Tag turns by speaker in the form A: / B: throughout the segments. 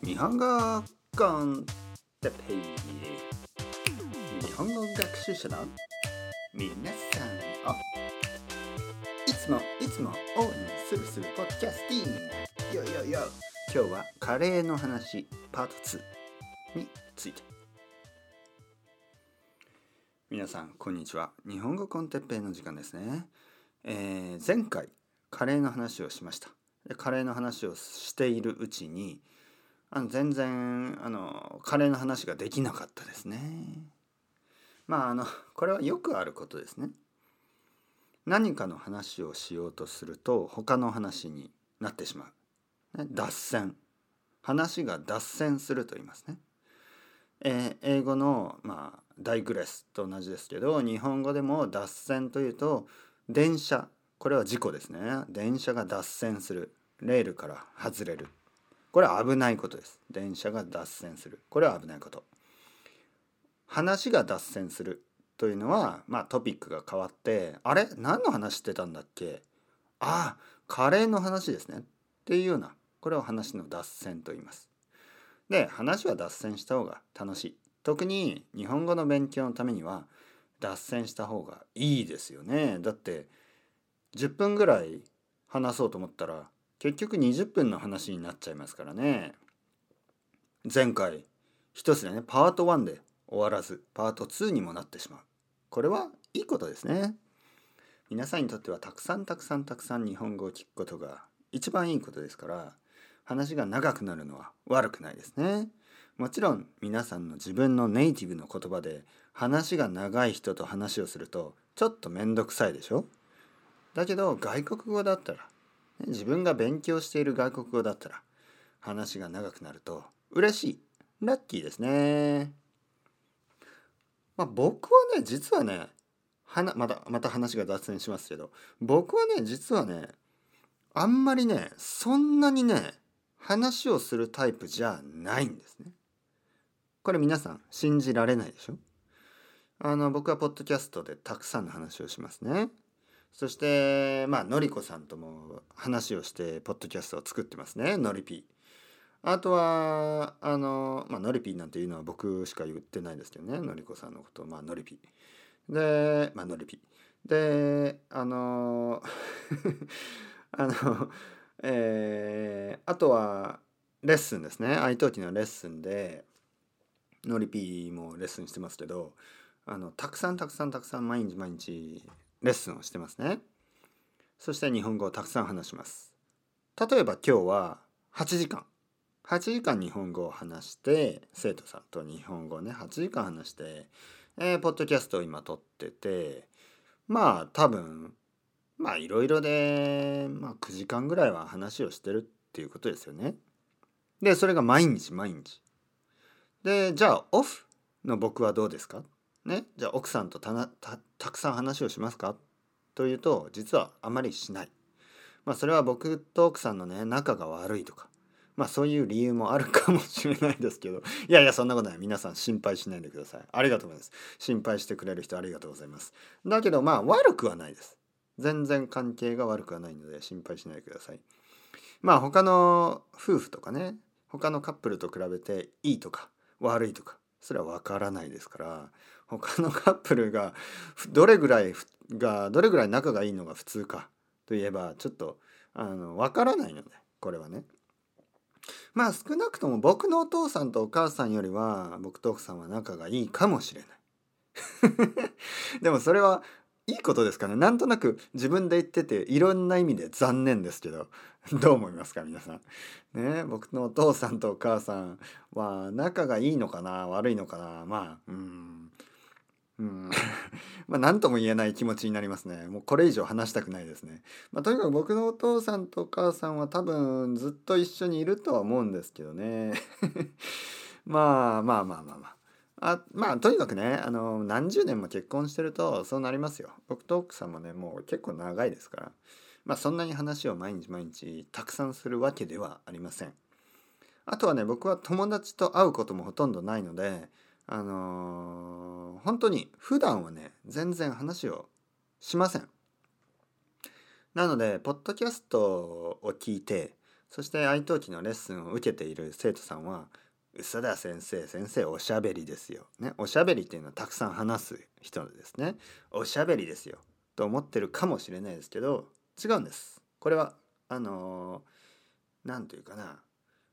A: 日本語コンテペイ日本語学習者の皆さんをいつも応援するポッドキャスティングよよよ。今日はカレーの話パート2について。皆さんこんにちは。日本語コンテッペイの時間ですね。前回カレーの話をしました。でカレーの話をしているうちに全然カレーの話ができなかったですね。これはよくあることですね。何かの話をしようとすると他の話になってしまう、脱線、話が脱線すると言いますね。英語のダイグレスと同じですけど、日本語でも脱線というと電車、これは事故ですね。電車が脱線する、レールから外れる、これは危ないことです。電車が脱線する、これは危ないこと。話が脱線するというのは、トピックが変わって、あれ何の話してたんだっけ、カレーの話ですねっていうような、これを話の脱線と言います。で、話は脱線した方が楽しい。特に日本語の勉強のためには脱線した方がいいですよね。だって10分ぐらい話そうと思ったら結局20分の話になっちゃいますからね。前回一つでね、パート1で終わらずパート2にもなってしまう。これはいいことですね。皆さんにとってはたくさん日本語を聞くことが一番いいことですから、話が長くなるのは悪くないですね。もちろん皆さんの自分のネイティブの言葉で話が長い人と話をするとちょっとめんどくさいでしょ。だけど外国語だったら、自分が勉強している外国語だったら話が長くなると嬉しい、ラッキーですね。僕はね、実はね、また話が脱線しますけど、僕はね、実はね、あんまりね、そんなにね、話をするタイプじゃないんですね。これ皆さん信じられないでしょ。僕はポッドキャストでたくさんの話をしますね。そしてのりこさんとも話をしてポッドキャストを作ってますね、のりぴ。あとはのりぴなんていうのは僕しか言ってないですけどね、のりこさんのことをのりぴでのりぴであとはレッスンですね。iTalki のレッスンでのりぴもレッスンしてますけど、たくさん毎日レッスンをしてますね。そして日本語をたくさん話します。例えば今日は8時間日本語を話して、生徒さんと日本語をね8時間話して、ポッドキャストを今撮ってて、多分いろいろで9時間ぐらいは話をしてるっていうことですよね。でそれが毎日で、じゃあオフの僕はどうですかね。じゃあ奥さんとたくさん話をしますかというと、実はあまりしない。それは僕と奥さんのね仲が悪いとか、そういう理由もあるかもしれないですけど、いやそんなことない。皆さん心配しないでください。ありがとうございます。心配してくれる人ありがとうございます。だけど悪くはないです。全然関係が悪くはないので心配しないでください。他の夫婦とかね、他のカップルと比べていいとか悪いとか、それは分からないですから、他のカップルがどれぐらい仲がいいのが普通かといえばちょっと分からないので、これはね、少なくとも僕のお父さんとお母さんよりは僕と奥さんは仲がいいかもしれない。でもそれはいいことですかね。なんとなく自分で言ってていろんな意味で残念ですけど、どう思いますか皆さんね。僕のお父さんとお母さんは仲がいいのかな悪いのかな、何とも言えない気持ちになりますね。もうこれ以上話したくないですね。とにかく僕のお父さんとお母さんは多分ずっと一緒にいるとは思うんですけどね。とにかくね、何十年も結婚してるとそうなりますよ。僕と奥さんもねもう結構長いですから、そんなに話を毎日たくさんするわけではありません。あとはね、僕は友達と会うこともほとんどないので、本当に普段はね全然話をしません。なのでポッドキャストを聞いて、 そして愛登記のレッスンを受けている生徒さんは、嘘だ先生、先生おしゃべりですよ。ね、おしゃべりっていうのはたくさん話す人ですね。おしゃべりですよ。と思ってるかもしれないですけど、違うんです。これは、なんというかな、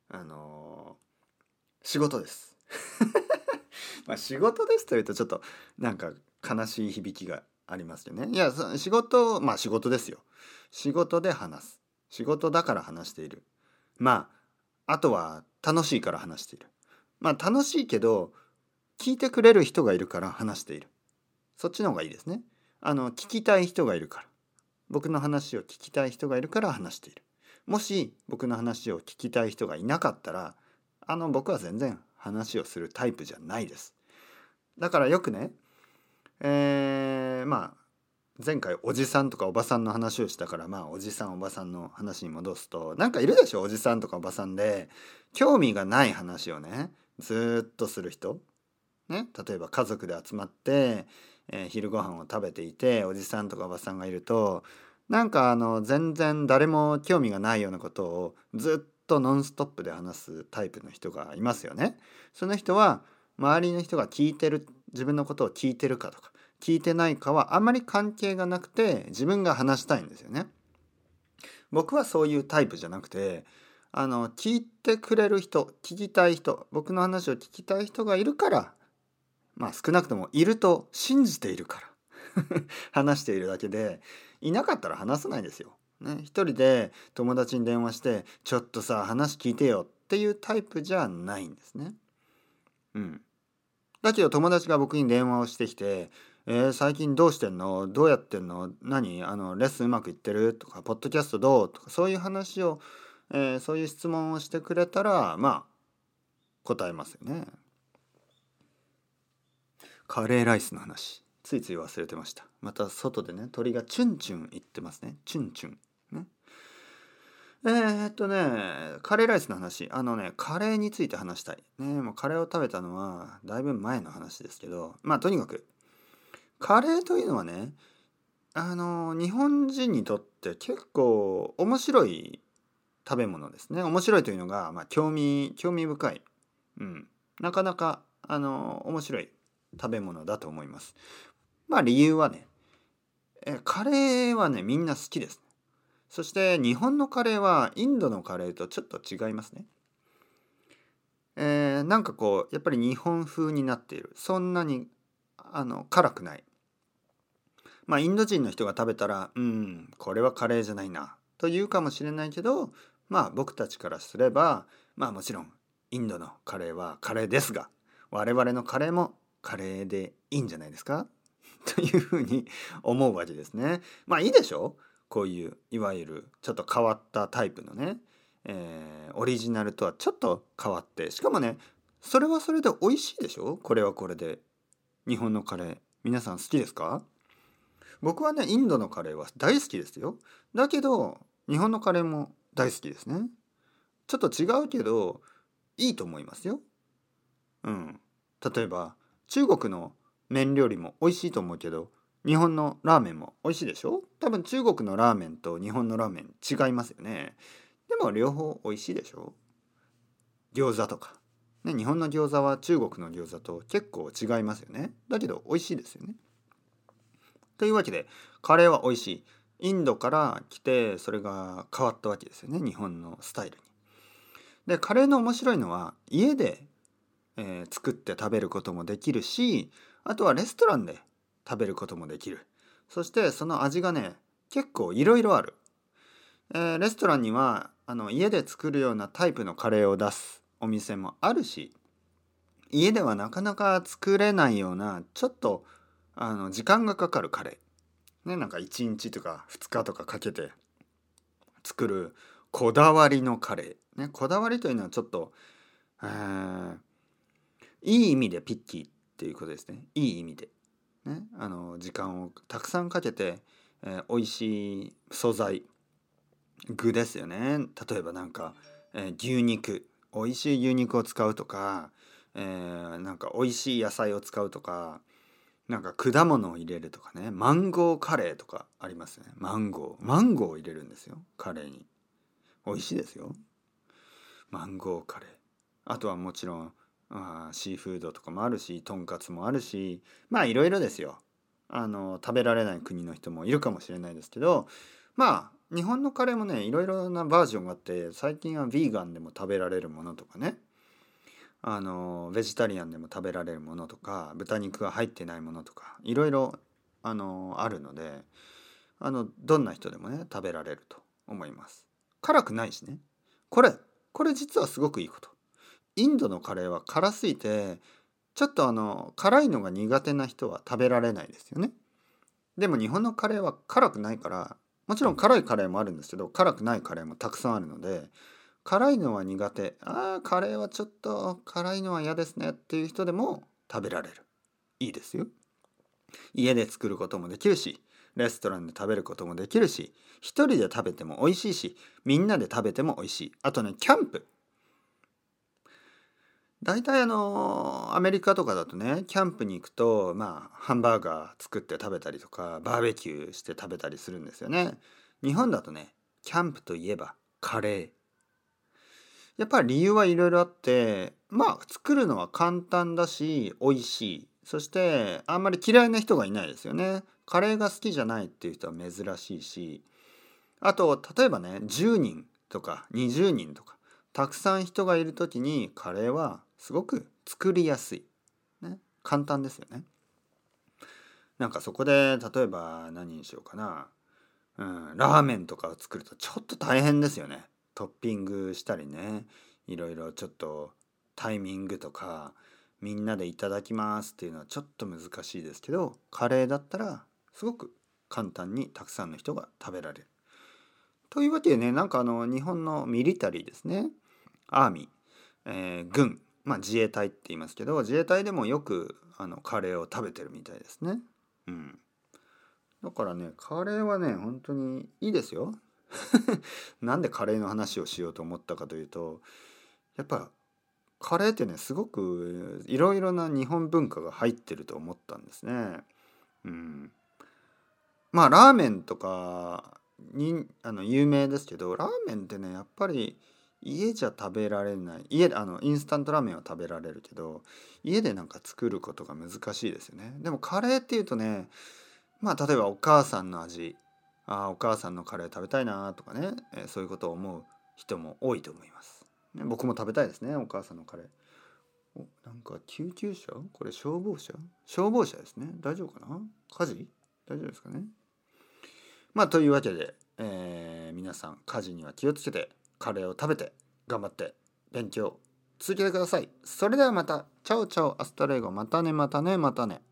A: 仕事です。まあ仕事ですというとちょっとなんか悲しい響きがありますよね。いや、仕事、まあ仕事ですよ。仕事で話す。仕事だから話している。まあ、あとは楽しいから話している。まあ楽しいけど、聞いてくれる人がいるから話している。そっちの方がいいですね。聞きたい人がいるから。僕の話を聞きたい人がいるから話している。もし僕の話を聞きたい人がいなかったら、僕は全然話をするタイプじゃないです。だからよくね、まあ前回おじさんとかおばさんの話をしたから、まあおじさんおばさんの話に戻すと、なんかいるでしょ、おじさんとかおばさんで興味がない話をねずっとする人ね。例えば家族で集まって、昼ご飯を食べていておじさんとかおばさんがいると、なんか全然誰も興味がないようなことをずっとノンストップで話すタイプの人がいますよね。その人は周りの人が聞いてる、自分のことを聞いてるかとか聞いてないかはあんまり関係がなくて、自分が話したいんですよね。僕はそういうタイプじゃなくて、聞いてくれる人、聞きたい人、僕の話を聞きたい人がいるから、まあ少なくともいると信じているから話しているだけで、いなかったら話さないですよ。ね、一人で友達に電話してちょっとさ話聞いてよっていうタイプじゃないんですね。うん。だけど友達が僕に電話をしてきて、最近どうしてんの、どうやってんの、何レッスンうまくいってるとか、ポッドキャストどうとか、そういう話を、そういう質問をしてくれたら、まあ答えますよね。カレーライスの話ついつい忘れてました。また外でね鳥がチュンチュン言ってますね。チュンチュンね。カレーライスの話、カレーについて話したいね。もうカレーを食べたのはだいぶ前の話ですけど、まあとにかくカレーというのはね、日本人にとって結構面白い食べ物ですね。面白いというのが、まあ、興味深い、うん、なかなか面白い食べ物だと思います。まあ理由はね、カレーはねみんな好きです。そして日本のカレーはインドのカレーとちょっと違いますね。なんかこうやっぱり日本風になっている。そんなに辛くない。まあインド人の人が食べたら、これはカレーじゃないなと言うかもしれないけど、まあ僕たちからすれば、まあもちろんインドのカレーはカレーですが、我々のカレーもカレーでいいんじゃないですかというふうに思うわけですね。まあいいでしょ、こういういわゆるちょっと変わったタイプのね、オリジナルとはちょっと変わって、しかもねそれはそれで美味しいでしょ。これはこれで。日本のカレー皆さん好きですか？僕はねインドのカレーは大好きですよ。だけど日本のカレーも大好きですね。ちょっと違うけどいいと思いますよ。うん。例えば中国の麺料理も美味しいと思うけど、日本のラーメンも美味しいでしょ。多分中国のラーメンと日本のラーメン違いますよね。でも両方美味しいでしょ。餃子とかね、日本の餃子は中国の餃子と結構違いますよね。だけど美味しいですよね。というわけでカレーは美味しい。インドから来てそれが変わったわけですよね、日本のスタイルに。でカレーの面白いのは家で、作って食べることもできるし、あとはレストランで食べることもできる。そしてその味がね結構いろいろある。レストランには家で作るようなタイプのカレーを出すお店もあるし、家ではなかなか作れないようなちょっと時間がかかるカレーね、なんか1日とか2日とかかけて作るこだわりのカレーね。こだわりというのはちょっと、いい意味でピッキーっていうことですね。いい意味でね、時間をたくさんかけて、美味しい素材、具ですよね。例えばなんか、牛肉、美味しい牛肉を使うとか、なんか美味しい野菜を使うとか、なんか果物を入れるとかね、マンゴーカレーとかありますね。マンゴーを入れるんですよ、カレーに。美味しいですよ。 マンゴーカレー、あとはもちろんシーフードとかもあるし、とんかつもあるし、まあいろいろですよ。食べられない国の人もいるかもしれないですけど、まあ日本のカレーもねいろいろなバージョンがあって、最近はヴィーガンでも食べられるものとかね、ベジタリアンでも食べられるものとか、豚肉が入ってないものとかいろいろあるので、どんな人でもね食べられると思います。辛くないしね。これこれ実はすごくいいこと。インドのカレーは辛すぎて、ちょっと辛いのが苦手な人は食べられないですよね。でも日本のカレーは辛くないから、もちろん辛いカレーもあるんですけど、辛くないカレーもたくさんあるので、辛いのは苦手、カレーはちょっと辛いのは嫌ですねっていう人でも食べられる。いいですよ。家で作ることもできるし、レストランで食べることもできるし、一人で食べても美味しいし、みんなで食べても美味しい。あとね、キャンプ。大体アメリカとかだとね、キャンプに行くと、まあ、ハンバーガー作って食べたりとか、バーベキューして食べたりするんですよね。日本だとね、キャンプといえばカレー。やっぱり理由はいろいろあって、まあ、作るのは簡単だし、美味しい。そして、あんまり嫌いな人がいないですよね。カレーが好きじゃないっていう人は珍しいし、あと、例えばね、10人とか20人とか、たくさん人がいるときにカレーはすごく作りやすい。ね、簡単ですよね。なんかそこで、例えば何にしようかな。ラーメンとかを作るとちょっと大変ですよね。トッピングしたりね。いろいろちょっとタイミングとか、みんなでいただきますっていうのはちょっと難しいですけど、カレーだったらすごく簡単にたくさんの人が食べられる。というわけでね、なんか日本のミリタリーですね。アーミー、軍、まあ自衛隊って言いますけど、自衛隊でもよくカレーを食べてるみたいですね。うん。だからね、カレーはね、本当にいいですよ。なんでカレーの話をしようと思ったかというと、やっぱカレーってね、すごくいろいろな日本文化が入ってると思ったんですね。うん。まあラーメンとかに有名ですけど、ラーメンってねやっぱり家じゃ食べられない。家でインスタントラーメンは食べられるけど、家でなんか作ることが難しいですよね。でもカレーっていうとね、まあ例えばお母さんの味、お母さんのカレー食べたいなとかね、そういうことを思う人も多いと思います、ね。僕も食べたいですね、お母さんのカレー。なんか救急車、これ消防車ですね。大丈夫かな、火事大丈夫ですかね。まあというわけで、皆さん家事には気をつけてカレーを食べて頑張って勉強続けてください。それではまた。チャオチャオアスタレイゴ。またねまたねまたね。